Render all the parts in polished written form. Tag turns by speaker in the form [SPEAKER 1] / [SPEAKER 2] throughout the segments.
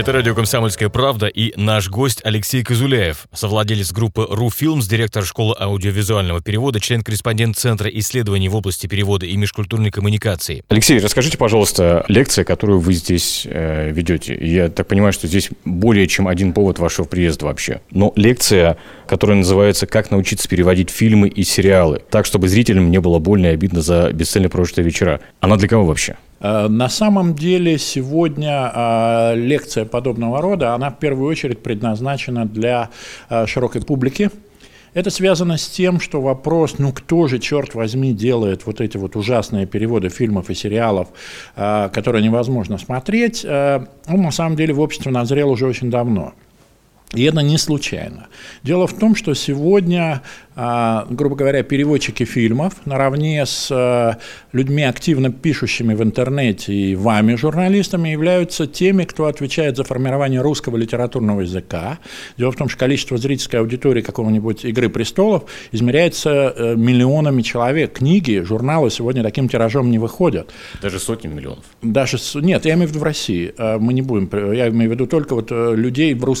[SPEAKER 1] Это радио «Комсомольская правда» и наш гость Алексей Козуляев, совладелец группы «РуФилмс», директор школы аудиовизуального перевода, член-корреспондент Центра исследований в области перевода и межкультурной коммуникации.
[SPEAKER 2] Алексей, расскажите, пожалуйста, лекция, которую вы здесь ведете. Я так понимаю, что здесь более чем один повод вашего приезда вообще. Но лекция, которая называется «Как научиться переводить фильмы и сериалы так, чтобы зрителям не было больно и обидно за бесцельно прожитые вечера». Она для кого вообще?
[SPEAKER 3] На самом деле сегодня лекция подобного рода, она в первую очередь предназначена для широкой публики. Это связано с тем, что вопрос, кто же, черт возьми, делает вот эти вот ужасные переводы фильмов и сериалов, которые невозможно смотреть, он на самом деле в обществе назрел уже очень давно. И это не случайно. Дело в том, что сегодня, грубо говоря, переводчики фильмов наравне с людьми, активно пишущими в интернете, и вами, журналистами, являются теми, кто отвечает за формирование русского литературного языка. Дело в том, что количество зрительской аудитории какого-нибудь «Игры престолов» измеряется миллионами человек. Книги, журналы сегодня таким тиражом не выходят.
[SPEAKER 2] Даже сотнями миллионов?
[SPEAKER 3] Нет, я имею в виду в России. Мы не будем, я имею в виду только вот людей в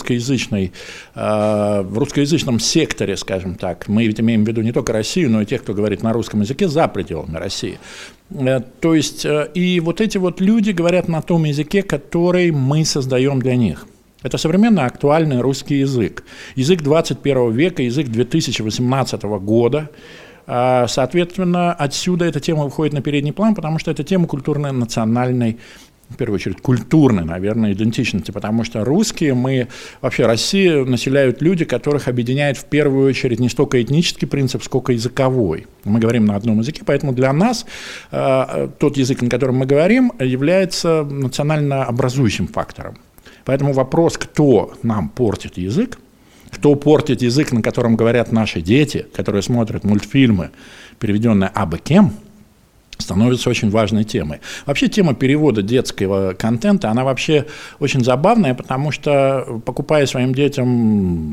[SPEAKER 3] русскоязычном секторе, скажем так. Мы ведь имеем в виду не только Россию, но и тех, кто говорит на русском языке за пределами России. То есть, и вот эти вот люди говорят на том языке, который мы создаем для них. Это современный актуальный русский язык. Язык 21 века, язык 2018 года. Соответственно, отсюда эта тема выходит на передний план, потому что это тема культурно-национальной, в первую очередь, культурной, наверное, идентичности, потому что русские, вообще Россию населяют люди, которых объединяет в первую очередь не столько этнический принцип, сколько языковой. Мы говорим на одном языке, поэтому для нас тот язык, на котором мы говорим, является национально образующим фактором. Поэтому вопрос, кто нам портит язык, кто портит язык, на котором говорят наши дети, которые смотрят мультфильмы, переведенные абы кем, становится очень важной темой. Вообще тема перевода детского контента, она вообще очень забавная, потому что, покупая своим детям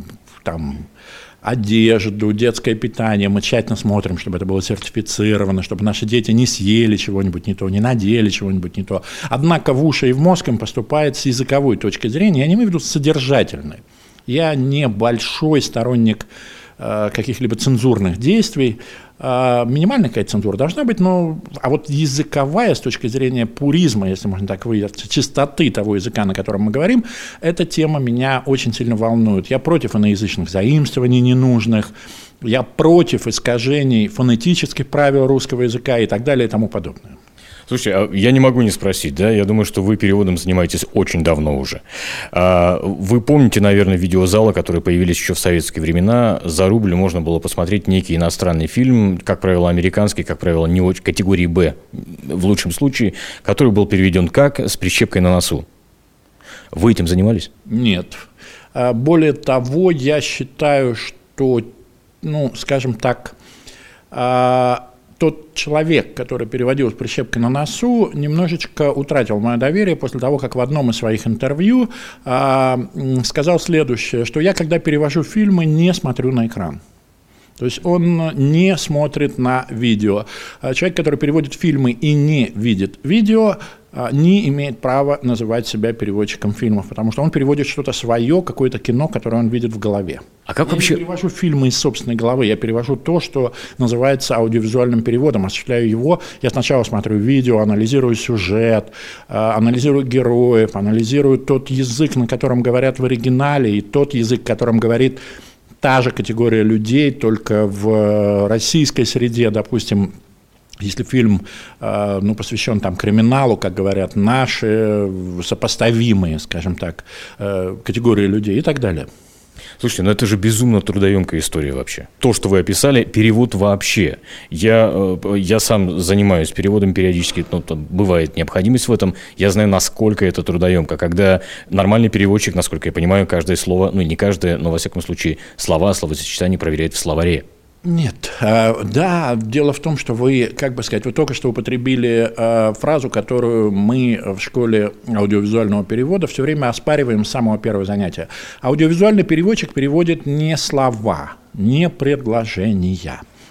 [SPEAKER 3] одежду, детское питание, мы тщательно смотрим, чтобы это было сертифицировано, чтобы наши дети не съели чего-нибудь не то, не надели чего-нибудь не то. Однако в уши и в мозг им поступает с языковой точки зрения, я не имею в виду содержательной. Я не большой сторонник каких-либо цензурных действий. Минимальная какая-то цензура должна быть, а вот языковая с точки зрения пуризма, если можно так выразиться, чистоты того языка, на котором мы говорим, эта тема меня очень сильно волнует. Я против иноязычных заимствований ненужных, я против искажений фонетических правил русского языка и так далее и тому подобное.
[SPEAKER 2] Слушайте, я не могу не спросить, да? Я думаю, что вы переводом занимаетесь очень давно уже. Вы помните, наверное, видеозалы, которые появились еще в советские времена. За рубль можно было посмотреть некий иностранный фильм, как правило, американский, как правило, не очень, категории «Б», в лучшем случае, который был переведен как «С прищепкой на носу». Вы этим занимались?
[SPEAKER 3] Нет. Более того, я считаю, что, скажем так, тот человек, который переводил «С прищепкой на носу», немножечко утратил мое доверие после того, как в одном из своих интервью сказал следующее, что я, когда перевожу фильмы, не смотрю на экран. То есть он не смотрит на видео. Человек, который переводит фильмы и не видит видео, не имеет права называть себя переводчиком фильмов, потому что он переводит что-то свое, какое-то кино, которое он видит в голове.
[SPEAKER 2] А как вообще?
[SPEAKER 3] Я не перевожу фильмы из собственной головы, я перевожу то, что называется аудиовизуальным переводом, осуществляю его. Я сначала смотрю видео, анализирую сюжет, анализирую героев, анализирую тот язык, на котором говорят в оригинале, и тот язык, которым говорит та же категория людей, только в российской среде, допустим, если фильм посвящен криминалу, как говорят, наши сопоставимые, скажем так, категории людей и так далее.
[SPEAKER 2] Слушайте, это же безумно трудоемкая история вообще. То, что вы описали, перевод вообще. Я сам занимаюсь переводом периодически, бывает необходимость в этом. Я знаю, насколько это трудоемко. Когда нормальный переводчик, насколько я понимаю, каждое слово, не каждое, но во всяком случае словосочетание проверяет в словаре.
[SPEAKER 3] Нет. Да, дело в том, что вы только что употребили фразу, которую мы в школе аудиовизуального перевода все время оспариваем с самого первого занятия. Аудиовизуальный переводчик переводит не слова, не предложения.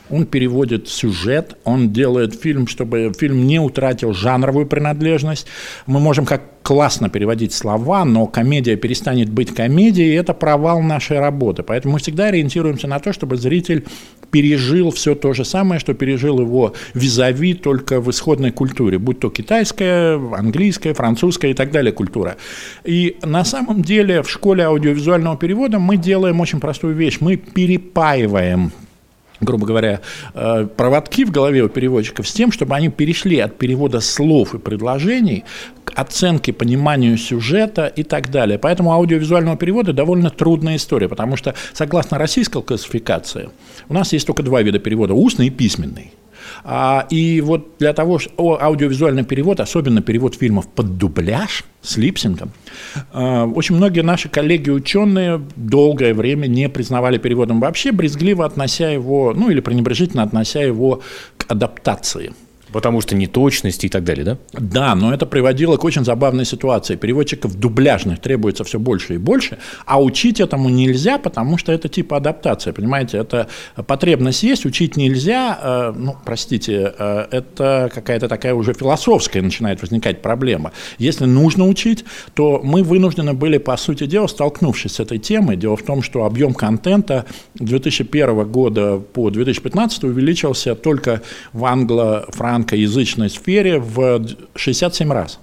[SPEAKER 3] он переводит сюжет, он делает фильм, чтобы фильм не утратил жанровую принадлежность. Мы можем как классно переводить слова, но комедия перестанет быть комедией, и это провал нашей работы. Поэтому мы всегда ориентируемся на то, чтобы зритель пережил все то же самое, что пережил его визави, только в исходной культуре, будь то китайская, английская, французская и так далее культура. И на самом деле в школе аудиовизуального перевода мы делаем очень простую вещь. Мы перепаиваем, грубо говоря, проводки в голове у переводчиков с тем, чтобы они перешли от перевода слов и предложений к оценке, пониманию сюжета и так далее. Поэтому аудиовизуального перевода довольно трудная история, потому что, согласно российской классификации, у нас есть только два вида перевода – устный и письменный. И вот для того, что аудиовизуальный перевод, особенно перевод фильмов под дубляж с липсингом, очень многие наши коллеги-ученые долгое время не признавали переводом вообще, брезгливо относя его, ну или пренебрежительно относя его к адаптации.
[SPEAKER 2] Потому что неточности и так далее, да?
[SPEAKER 3] Да, но это приводило к очень забавной ситуации. Переводчиков дубляжных требуется все больше и больше, а учить этому нельзя, потому что это типа адаптация, понимаете? Это потребность есть, учить нельзя, это какая-то такая уже философская начинает возникать проблема. Если нужно учить, то мы вынуждены были, по сути дела, столкнувшись с этой темой. Дело в том, что объем контента 2001 года по 2015 увеличился только в англо-франкоязычной сфере в 67 раз.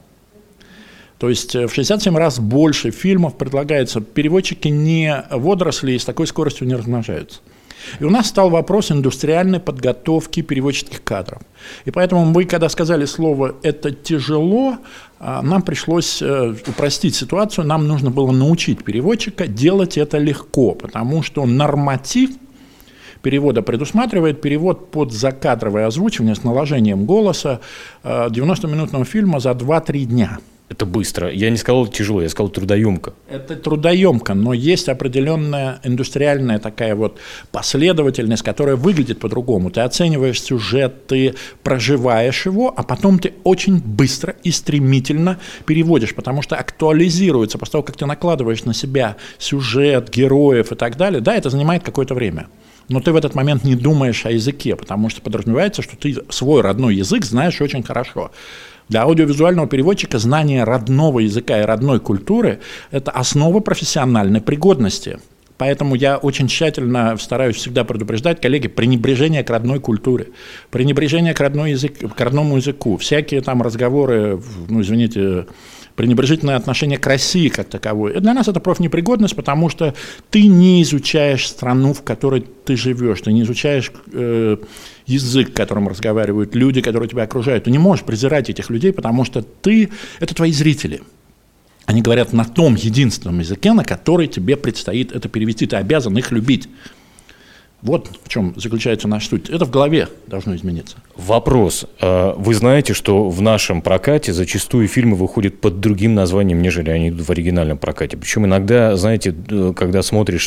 [SPEAKER 3] То есть в 67 раз больше фильмов предлагается. Переводчики не водоросли и с такой скоростью не размножаются. И у нас стал вопрос индустриальной подготовки переводческих кадров. И поэтому вы, когда сказали слово «это тяжело», нам пришлось упростить ситуацию, нам нужно было научить переводчика делать это легко, потому что норматив перевода предусматривает перевод под закадровое озвучивание с наложением голоса 90-минутного фильма за 2-3 дня.
[SPEAKER 2] Это быстро. Я не сказал тяжело, я сказал трудоемко.
[SPEAKER 3] Это трудоемко, но есть определенная индустриальная такая вот последовательность, которая выглядит по-другому. Ты оцениваешь сюжет, ты проживаешь его, а потом ты очень быстро и стремительно переводишь, потому что актуализируется после того, как ты накладываешь на себя сюжет, героев и так далее. Да, это занимает какое-то время. Но ты в этот момент не думаешь о языке, потому что подразумевается, что ты свой родной язык знаешь очень хорошо. Для аудиовизуального переводчика знание родного языка и родной культуры – это основа профессиональной пригодности. Поэтому я очень тщательно стараюсь всегда предупреждать, коллеги, пренебрежение к родной культуре, пренебрежение к родному языку, всякие там разговоры, пренебрежительное отношение к России как таковой. Для нас это профнепригодность, потому что ты не изучаешь страну, в которой ты живешь, ты не изучаешь язык, которым разговаривают люди, которые тебя окружают. Ты не можешь презирать этих людей, потому что это твои зрители. Они говорят на том единственном языке, на который тебе предстоит это перевести. Ты обязан их любить. Вот в чем заключается наша суть. Это в голове должно измениться.
[SPEAKER 2] Вопрос. Вы знаете, что в нашем прокате зачастую фильмы выходят под другим названием, нежели они идут в оригинальном прокате. Причем иногда, знаете, когда смотришь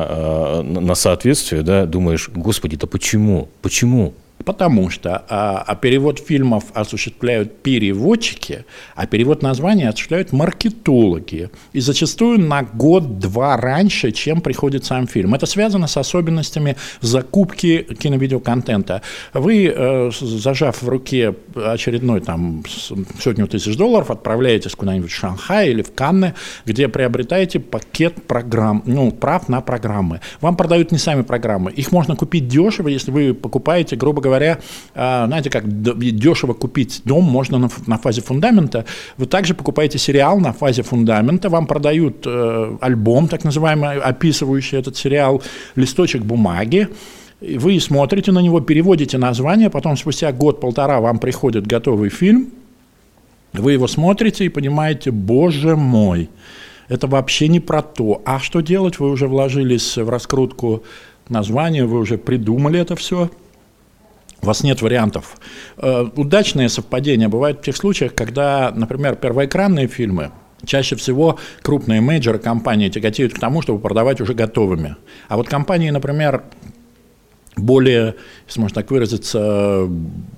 [SPEAKER 2] на соответствие, да, думаешь, господи, да почему? Почему?
[SPEAKER 3] Потому что перевод фильмов осуществляют переводчики, а перевод названия осуществляют маркетологи. И зачастую на год-два раньше, чем приходит сам фильм. Это связано с особенностями закупки киновидеоконтента. Вы, зажав в руке очередной $100 000, отправляетесь куда-нибудь в Шанхай или в Канны, где приобретаете пакет программ, прав на программы. Вам продают не сами программы. Их можно купить дешево, если вы покупаете, грубо говоря, знаете, как дешево купить дом можно на фазе фундамента. Вы также покупаете сериал на фазе фундамента, вам продают альбом, так называемый, описывающий этот сериал, листочек бумаги. Вы смотрите на него, переводите название, потом спустя год-полтора вам приходит готовый фильм, вы его смотрите и понимаете, боже мой, это вообще не про то. А что делать? Вы уже вложились в раскрутку названия, вы уже придумали это все. У вас нет вариантов. Удачные совпадения бывают в тех случаях, когда, например, первоэкранные фильмы, чаще всего крупные мейджоры компании тяготеют к тому, чтобы продавать уже готовыми. А вот компании, например, более, если можно так выразиться,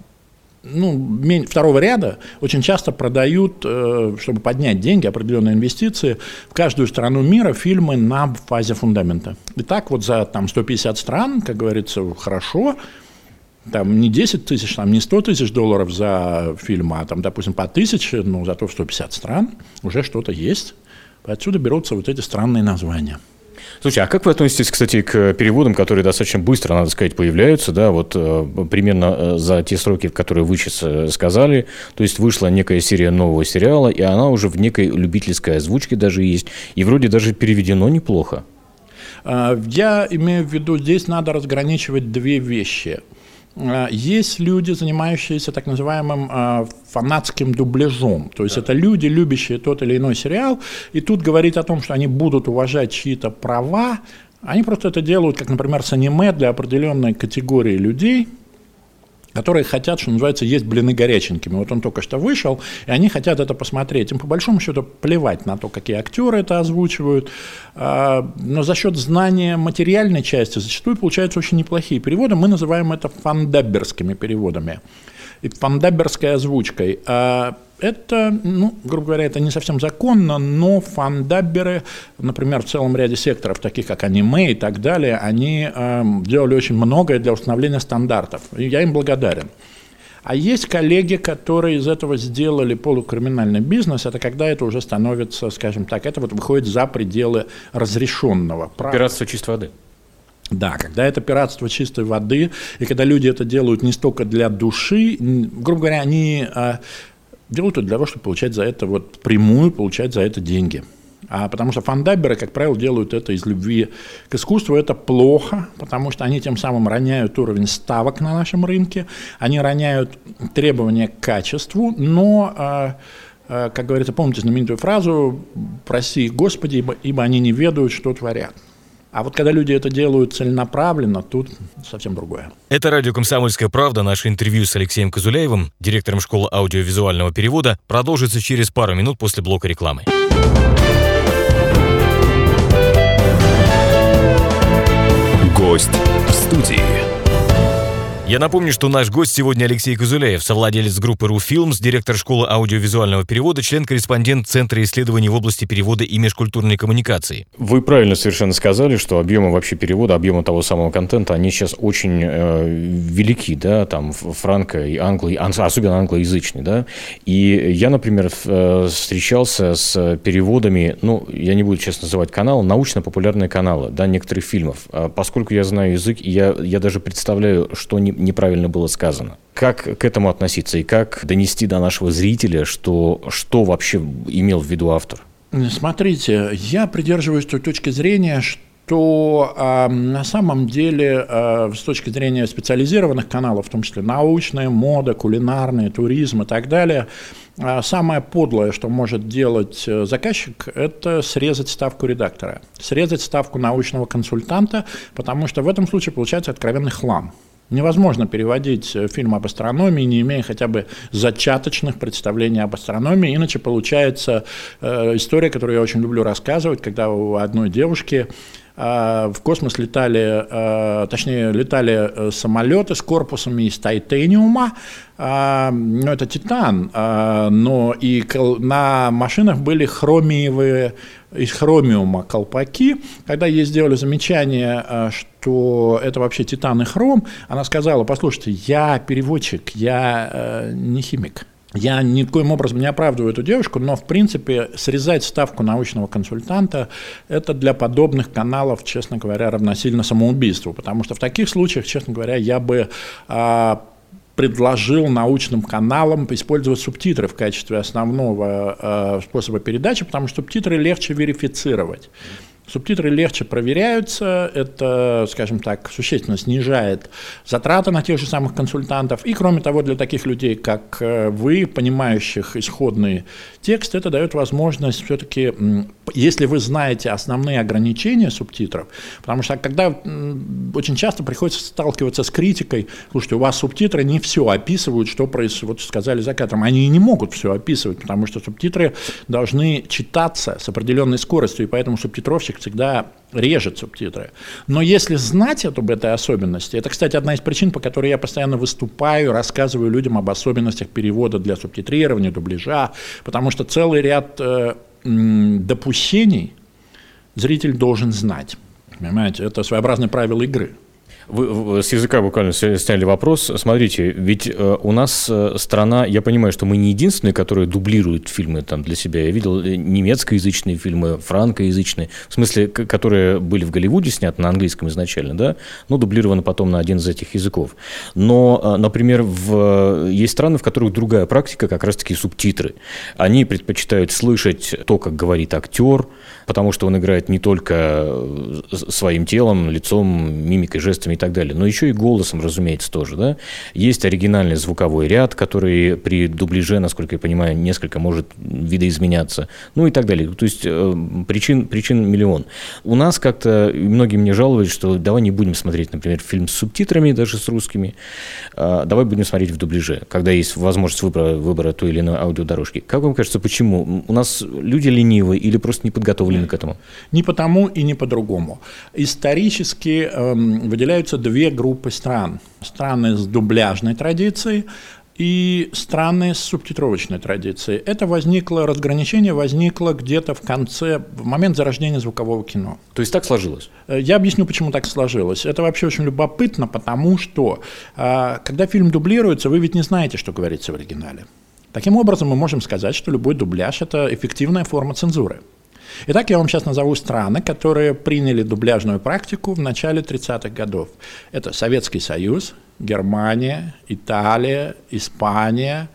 [SPEAKER 3] второго ряда очень часто продают, чтобы поднять деньги, определенные инвестиции, в каждую страну мира фильмы на фазе фундамента. И так вот за 150 стран, как говорится, хорошо, там не 10 тысяч, там не 100 тысяч долларов за фильм, а там, допустим, по 1000, но зато в 150 стран уже что-то есть. Отсюда берутся вот эти странные названия.
[SPEAKER 2] Слушай, а как вы относитесь, кстати, к переводам, которые достаточно быстро, надо сказать, появляются, да, вот примерно за те сроки, которые вы сейчас сказали, то есть вышла некая серия нового сериала, и она уже в некой любительской озвучке даже есть, и вроде даже переведено неплохо.
[SPEAKER 3] Я имею в виду, здесь надо разграничивать две вещи. Есть люди, занимающиеся так называемым фанатским дубляжом. То есть это люди, любящие тот или иной сериал, и тут говорить о том, что они будут уважать чьи-то права, они просто это делают, как, например, с аниме для определенной категории людей, которые хотят, что называется, есть блины горяченькими. Вот он только что вышел, и они хотят это посмотреть. Им по большому счету плевать на то, какие актеры это озвучивают, но за счет знания материальной части зачастую получаются очень неплохие переводы. Мы называем это фандабберскими переводами и фандабберской озвучкой. Это, грубо говоря, это не совсем законно, но фандабберы, например, в целом ряде секторов, таких как аниме и так далее, они делали очень многое для установления стандартов. И я им благодарен. А есть коллеги, которые из этого сделали полукриминальный бизнес, это когда это уже становится, скажем так, это вот выходит за пределы разрешенного.
[SPEAKER 2] Пиратство чистой воды.
[SPEAKER 3] Да, когда это пиратство чистой воды, и когда люди это делают не столько для души, грубо говоря, они делают это для того, чтобы получать за это, вот прямую получать за это деньги. Потому что фандабберы, как правило, делают это из любви к искусству. Это плохо, потому что они тем самым роняют уровень ставок на нашем рынке, они роняют требования к качеству, но, как говорится, помните знаменитую фразу «Проси их, Господи, ибо они не ведают, что творят». А вот когда люди это делают целенаправленно, тут совсем другое.
[SPEAKER 1] Это радио «Комсомольская правда». Наше интервью с Алексеем Козуляевым, директором школы аудиовизуального перевода, продолжится через пару минут после блока рекламы.
[SPEAKER 4] Гость в студии.
[SPEAKER 1] Я напомню, что наш гость сегодня Алексей Козуляев, совладелец группы «РуФилмс», директор школы аудиовизуального перевода, член-корреспондент Центра исследований в области перевода и межкультурной коммуникации.
[SPEAKER 2] Вы правильно совершенно сказали, что объемы вообще перевода, объемы того самого контента, они сейчас очень велики, да, там франко и особенно англоязычный, да. И я, например, встречался с переводами, я не буду сейчас называть каналы, научно-популярные каналы, да, некоторых фильмов. Поскольку я знаю язык, я даже представляю, что неправильно было сказано. Как к этому относиться и как донести до нашего зрителя, что вообще имел в виду автор?
[SPEAKER 3] Смотрите, я придерживаюсь той точки зрения, что на самом деле с точки зрения специализированных каналов, в том числе научная, мода, кулинарная, туризм и так далее, самое подлое, что может делать заказчик, это срезать ставку редактора, срезать ставку научного консультанта, потому что в этом случае получается откровенный хлам. Невозможно переводить фильм об астрономии, не имея хотя бы зачаточных представлений об астрономии, иначе получается история, которую я очень люблю рассказывать, когда у одной девушки в космос летали самолеты с корпусами из титаниума, это титан, но и на машинах были хромиевые, из хромиума колпаки. Когда ей сделали замечание, что это вообще титан и хром, она сказала: послушайте, я переводчик, я не химик. Я никоим образом не оправдываю эту девушку, но, в принципе, срезать ставку научного консультанта – это для подобных каналов, честно говоря, равносильно самоубийству, потому что в таких случаях, честно говоря, я бы предложил научным каналам использовать субтитры в качестве основного способа передачи, потому что субтитры легче верифицировать. Субтитры легче проверяются, это, скажем так, существенно снижает затраты на тех же самых консультантов. И, кроме того, для таких людей, как вы, понимающих исходный текст, это дает возможность все-таки, если вы знаете основные ограничения субтитров, потому что когда очень часто приходится сталкиваться с критикой, слушайте, у вас субтитры не все описывают, что происходит, вот сказали за кадром, они и не могут все описывать, потому что субтитры должны читаться с определенной скоростью, и поэтому субтитровщик всегда режет субтитры. Но если знать об этой особенности, это, кстати, одна из причин, по которой я постоянно выступаю, рассказываю людям об особенностях перевода для субтитрирования, дубляжа, потому что целый ряд допущений зритель должен знать. Понимаете, это своеобразное правило игры.
[SPEAKER 2] Вы с языка буквально сняли вопрос. Смотрите, ведь у нас страна, я понимаю, что мы не единственные, которые дублируют фильмы там для себя. Я видел немецкоязычные фильмы, франкоязычные, в смысле, которые были в Голливуде сняты на английском изначально, да, но дублированы потом на один из этих языков. Но, например, есть страны, в которых другая практика, как раз-таки субтитры. Они предпочитают слышать то, как говорит актер, потому что он играет не только своим телом, лицом, мимикой, жестами и так далее, но еще и голосом, разумеется, тоже. Да? Есть оригинальный звуковой ряд, который при дубляже, насколько я понимаю, несколько может видоизменяться, ну и так далее. То есть причин миллион. У нас как-то многие мне жаловались, что давай не будем смотреть, например, фильм с субтитрами, даже с русскими, давай будем смотреть в дубляже, когда есть возможность выбора той или иной аудиодорожки. Как вам кажется, почему? У нас люди ленивые или просто не подготовлены к этому?
[SPEAKER 3] Не потому и не по-другому. Исторически выделяются две группы стран. Страны с дубляжной традицией и страны с субтитровочной традицией. Разграничение возникло где-то в момент зарождения звукового кино.
[SPEAKER 2] То есть так сложилось?
[SPEAKER 3] Я объясню, почему так сложилось. Это вообще очень любопытно, потому что, когда фильм дублируется, вы ведь не знаете, что говорится в оригинале. Таким образом, мы можем сказать, что любой дубляж – это эффективная форма цензуры. Итак, я вам сейчас назову страны, которые приняли дубляжную практику в начале 30-х годов. Это Советский Союз, Германия, Италия, Испания,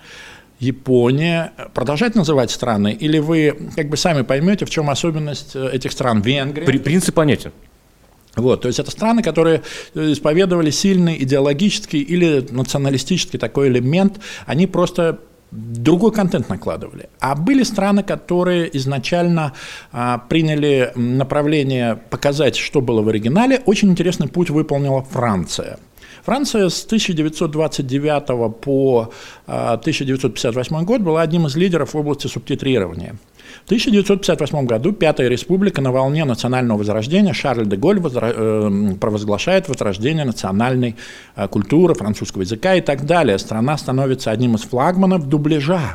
[SPEAKER 3] Япония. Продолжать называть страны, или вы как бы сами поймете, в чем особенность этих стран? Венгрия.
[SPEAKER 2] Принцип понятен.
[SPEAKER 3] Вот, то есть это страны, которые исповедовали сильный идеологический или националистический такой элемент, они просто другой контент накладывали. А были страны, которые изначально приняли направление показать, что было в оригинале. Очень интересный путь выполнила Франция. Франция с 1929 по 1958 год была одним из лидеров в области субтитрирования. В 1958 году Пятая Республика на волне национального возрождения Шарль де Голль провозглашает возрождение национальной культуры, французского языка и так далее. Страна становится одним из флагманов дубляжа.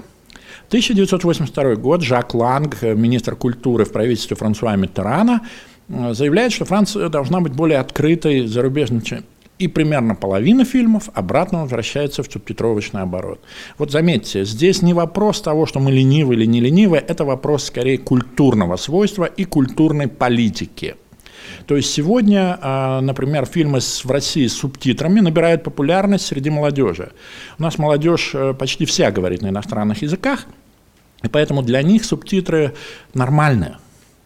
[SPEAKER 3] 1982 год Жак Ланг, министр культуры в правительстве Франсуа Миттерана, заявляет, что Франция должна быть более открытой зарубежным. И примерно половина фильмов обратно возвращается в субтитровочный оборот. Вот заметьте, здесь не вопрос того, что мы ленивы или не ленивы, это вопрос скорее культурного свойства и культурной политики. То есть сегодня, например, фильмы в России с субтитрами набирают популярность среди молодежи. У нас молодежь почти вся говорит на иностранных языках, и поэтому для них субтитры нормальные.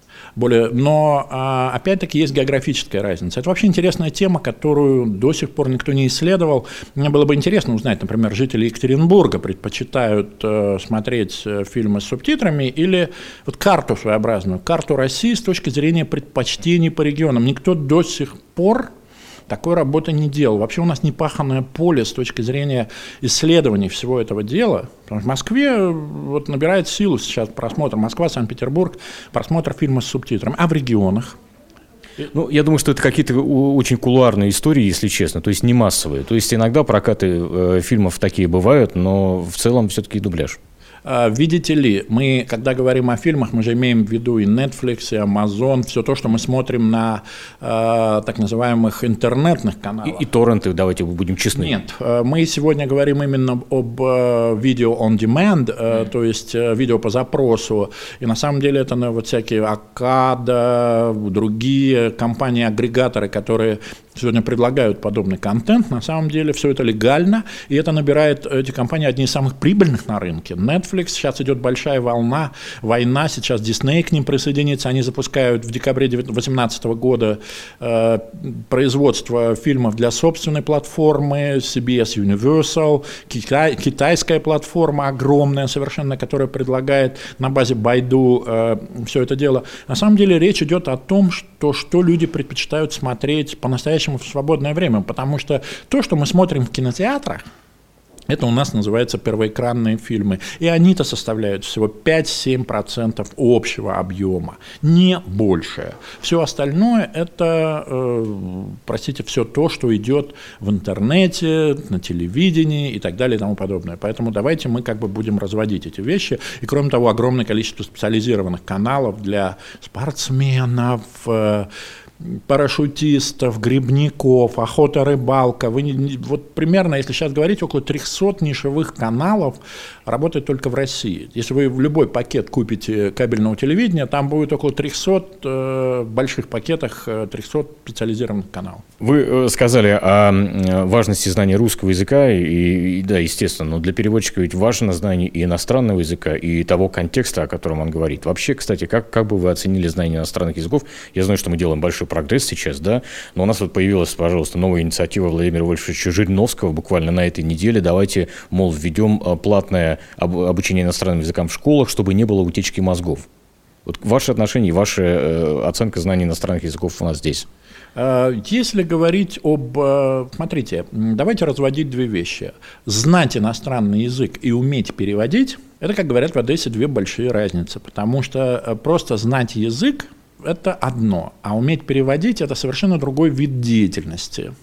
[SPEAKER 3] Но, опять-таки, есть географическая разница. Это вообще интересная тема, которую до сих пор никто не исследовал. Мне было бы интересно узнать, например, жители Екатеринбурга предпочитают смотреть фильмы с субтитрами или вот карту своеобразную, карту России с точки зрения предпочтений по регионам. Никто до сих пор такой работы не делал. Вообще у нас непаханное поле с точки зрения исследований всего этого дела. Потому что в Москве вот набирает силу сейчас просмотр Москва, Санкт-Петербург, просмотр фильма с субтитрами. А в регионах?
[SPEAKER 2] Ну, я думаю, что это какие-то очень кулуарные истории, если честно, то есть не массовые. То есть иногда прокаты фильмов такие бывают, но в целом все-таки дубляж.
[SPEAKER 3] Видите ли, мы, когда говорим о фильмах, мы же имеем в виду и Netflix, и Amazon, все то, что мы смотрим на так называемых интернетных каналах.
[SPEAKER 2] И торренты, давайте будем честны.
[SPEAKER 3] Нет, мы сегодня говорим именно об видео on demand, то есть видео по запросу. И на самом деле это вот всякие Акада, другие компании-агрегаторы, которые сегодня предлагают подобный контент. На самом деле все это легально, и это набирает эти компании одни из самых прибыльных на рынке. Netflix, сейчас идет большая война, сейчас Disney к ним присоединится, они запускают в декабре 2018 года производство фильмов для собственной платформы, CBS Universal, китайская платформа огромная совершенно, которая предлагает на базе Baidu все это дело. На самом деле речь идет о том, что люди предпочитают смотреть по-настоящему в свободное время, потому что то, что мы смотрим в кинотеатрах, это у нас называется первоэкранные фильмы. И они-то составляют всего 5-7% общего объема, не больше. Все остальное – это, простите, все то, что идет в интернете, на телевидении и так далее и тому подобное. Поэтому давайте мы как бы будем разводить эти вещи. И кроме того, огромное количество специализированных каналов для спортсменов, парашютистов, грибников, охота, рыбалка. Вот примерно, если сейчас говорить, около 300 нишевых каналов работает только в России. Если вы в любой пакет купите кабельного телевидения, там будет около 300 больших пакетах, 300 специализированных каналов.
[SPEAKER 2] Вы сказали о важности знания русского языка, и да, естественно, но для переводчика ведь важно знание и иностранного языка, и того контекста, о котором он говорит. Вообще, кстати, как бы вы оценили знание иностранных языков? Я знаю, что мы делаем большой прогресс сейчас, да, но у нас вот появилась, пожалуйста, новая инициатива Владимира Вольфовича Жириновского буквально на этой неделе. Давайте, мол, введем платное обучение иностранным языкам в школах, чтобы не было утечки мозгов. Вот ваши отношения и ваша оценка знаний иностранных языков у нас здесь.
[SPEAKER 3] Если говорить смотрите, давайте разводить две вещи. Знать иностранный язык и уметь переводить – это, как говорят в Одессе, две большие разницы, потому что просто знать язык – это одно, а уметь переводить – это совершенно другой вид деятельности.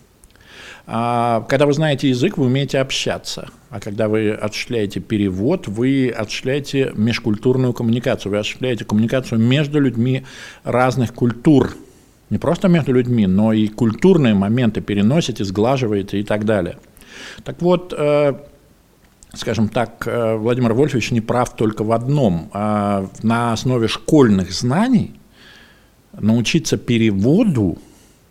[SPEAKER 3] Когда вы знаете язык, вы умеете общаться, а когда вы осуществляете перевод, вы осуществляете межкультурную коммуникацию, вы осуществляете коммуникацию между людьми разных культур. Не просто между людьми, но и культурные моменты переносите, сглаживаете и так далее. Так вот, скажем так, Владимир Вольфович не прав только в одном. На основе школьных знаний научиться переводу,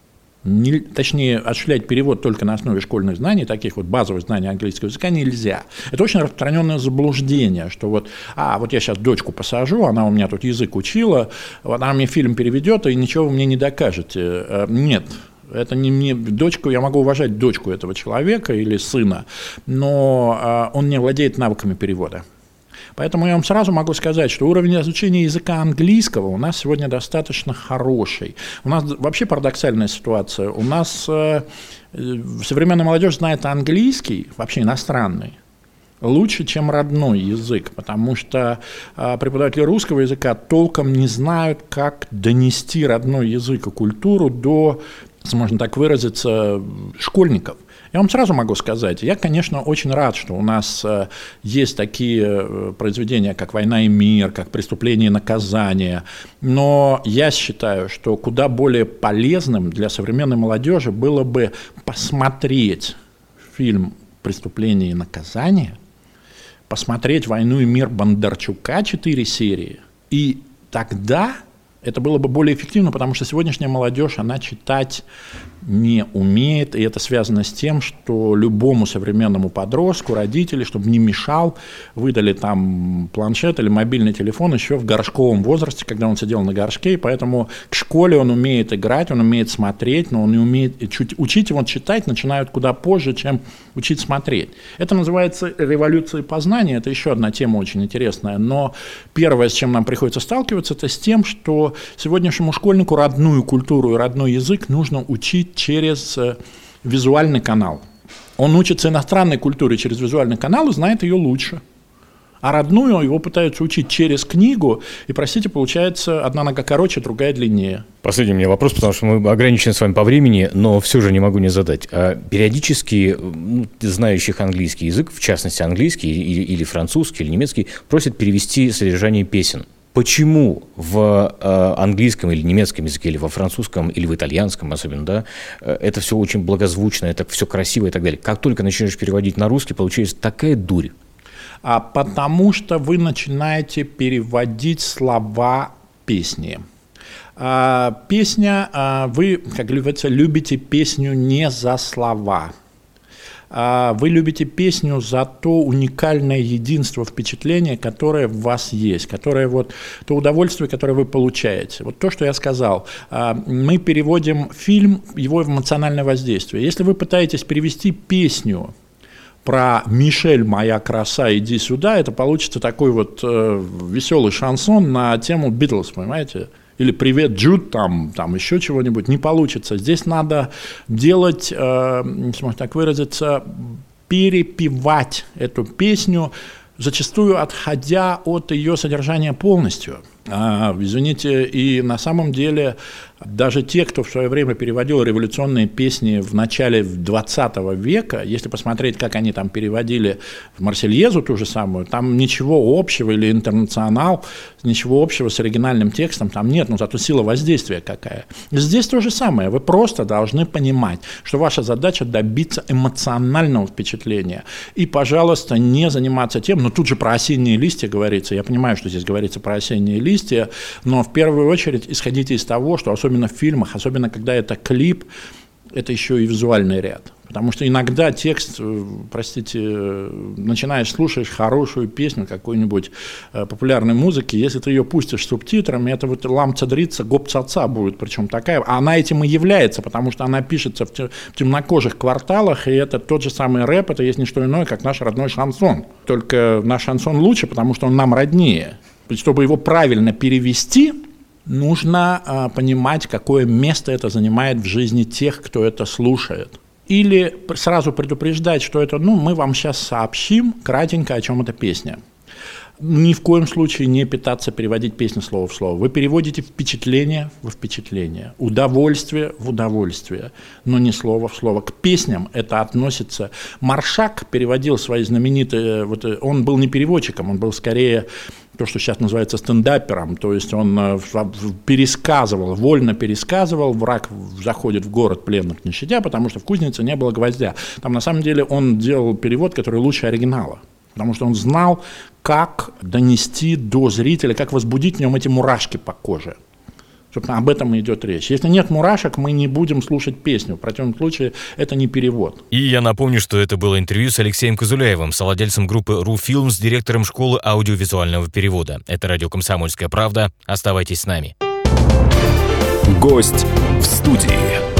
[SPEAKER 3] точнее, осуществлять перевод только на основе школьных знаний, таких вот базовых знаний английского языка, нельзя. Это очень распространенное заблуждение, что вот я сейчас дочку посажу, она у меня тут язык учила, вот она мне фильм переведет, и ничего вы мне не докажете. Нет. Это не мне, дочку, я могу уважать дочку этого человека или сына, но он не владеет навыками перевода. Поэтому я вам сразу могу сказать, что уровень изучения языка английского у нас сегодня достаточно хороший. У нас вообще парадоксальная ситуация. У нас современная молодежь знает английский, вообще иностранный, лучше, чем родной язык, потому что преподаватели русского языка толком не знают, как донести родной язык и культуру до, можно так выразиться, школьников. Я вам сразу могу сказать, я, конечно, очень рад, что у нас есть такие произведения, как «Война и мир», как «Преступление и наказание», но я считаю, что куда более полезным для современной молодежи было бы посмотреть фильм «Преступление и наказание», посмотреть «Войну и мир» Бондарчука 4 серии, и тогда это было бы более эффективно, потому что сегодняшняя молодежь, она читать не умеет, и это связано с тем, что любому современному подростку родители, чтобы не мешал, выдали там планшет или мобильный телефон еще в горшковом возрасте, когда он сидел на горшке, и поэтому к школе он умеет играть, он умеет смотреть, но он не умеет учить его читать, начинают куда позже, чем учить смотреть. Это называется революцией познания, это еще одна тема очень интересная, но первое, с чем нам приходится сталкиваться, это с тем, что сегодняшнему школьнику родную культуру и родной язык нужно учить через визуальный канал. Он учится иностранной культуре через визуальный канал и знает ее лучше. А родную его пытаются учить через книгу, и, простите, получается, одна нога короче, другая длиннее.
[SPEAKER 2] Последний у меня вопрос, потому что мы ограничены с вами по времени, но все же не могу не задать. Периодически знающих английский язык, в частности английский или французский, или немецкий, просят перевести содержание песен. Почему в английском или немецком языке, или во французском, или в итальянском особенно, да, это все очень благозвучно, это все красиво и так далее. Как только начинаешь переводить на русский, получается такая дурь.
[SPEAKER 3] Потому что вы начинаете переводить слова песни. Песня, вы, как говорится, любите песню не за слова. Вы любите песню за то уникальное единство впечатления, которое в вас есть, которое то удовольствие, которое вы получаете. Вот то, что я сказал. Мы переводим фильм, его эмоциональное воздействие. Если вы пытаетесь перевести песню про «Мишель, моя краса, иди сюда», это получится такой веселый шансон на тему «Битлз», понимаете? Или «Привет, Джуд», там еще чего-нибудь, не получится. Здесь надо делать, можно так выразиться, перепевать эту песню, зачастую отходя от ее содержания полностью. Извините, и на самом деле даже те, кто в свое время переводил революционные песни в начале 20 века, если посмотреть, как они там переводили в «Марсельезу» ту же самую, там ничего общего, или «Интернационал», ничего общего с оригинальным текстом там нет, но зато сила воздействия какая. Здесь то же самое, вы просто должны понимать, что ваша задача добиться эмоционального впечатления. И, пожалуйста, не заниматься тем, но тут же про осенние листья говорится, я понимаю, что здесь говорится про осенние листья, но в первую очередь исходите из того, что особенно в фильмах, особенно когда это клип, это еще и визуальный ряд. Потому что иногда текст, простите, начинаешь слушать хорошую песню какой-нибудь популярной музыки, если ты ее пустишь с субтитрами, это вот ламца-дрица, гоп-ца-ца будет, причем такая, а она этим и является, потому что она пишется в темнокожих кварталах, и это тот же самый рэп, это есть не что иное, как наш родной шансон. Только наш шансон лучше, потому что он нам роднее. Чтобы его правильно перевести, нужно понимать, какое место это занимает в жизни тех, кто это слушает. Или сразу предупреждать, что это, мы вам сейчас сообщим кратенько, о чем эта песня. Ни в коем случае не пытаться переводить песню слово в слово. Вы переводите впечатление во впечатление, удовольствие в удовольствие, но не слово в слово. К песням это относится. Маршак переводил свои знаменитые... он был не переводчиком, он был скорее то, что сейчас называется стендапером, то есть он пересказывал, вольно пересказывал, враг заходит в город пленных не щадя, потому что в кузнице не было гвоздя. Там на самом деле он делал перевод, который лучше оригинала, потому что он знал, как донести до зрителя, как возбудить в нем эти мурашки по коже. Собственно, об этом и идет речь. Если нет мурашек, мы не будем слушать песню. В противном случае это не перевод.
[SPEAKER 1] И я напомню, что это было интервью с Алексеем Козуляевым, совладельцем группы «РуФилмс», директором школы аудиовизуального перевода. Это радио «Комсомольская правда». Оставайтесь с нами.
[SPEAKER 4] Гость в студии.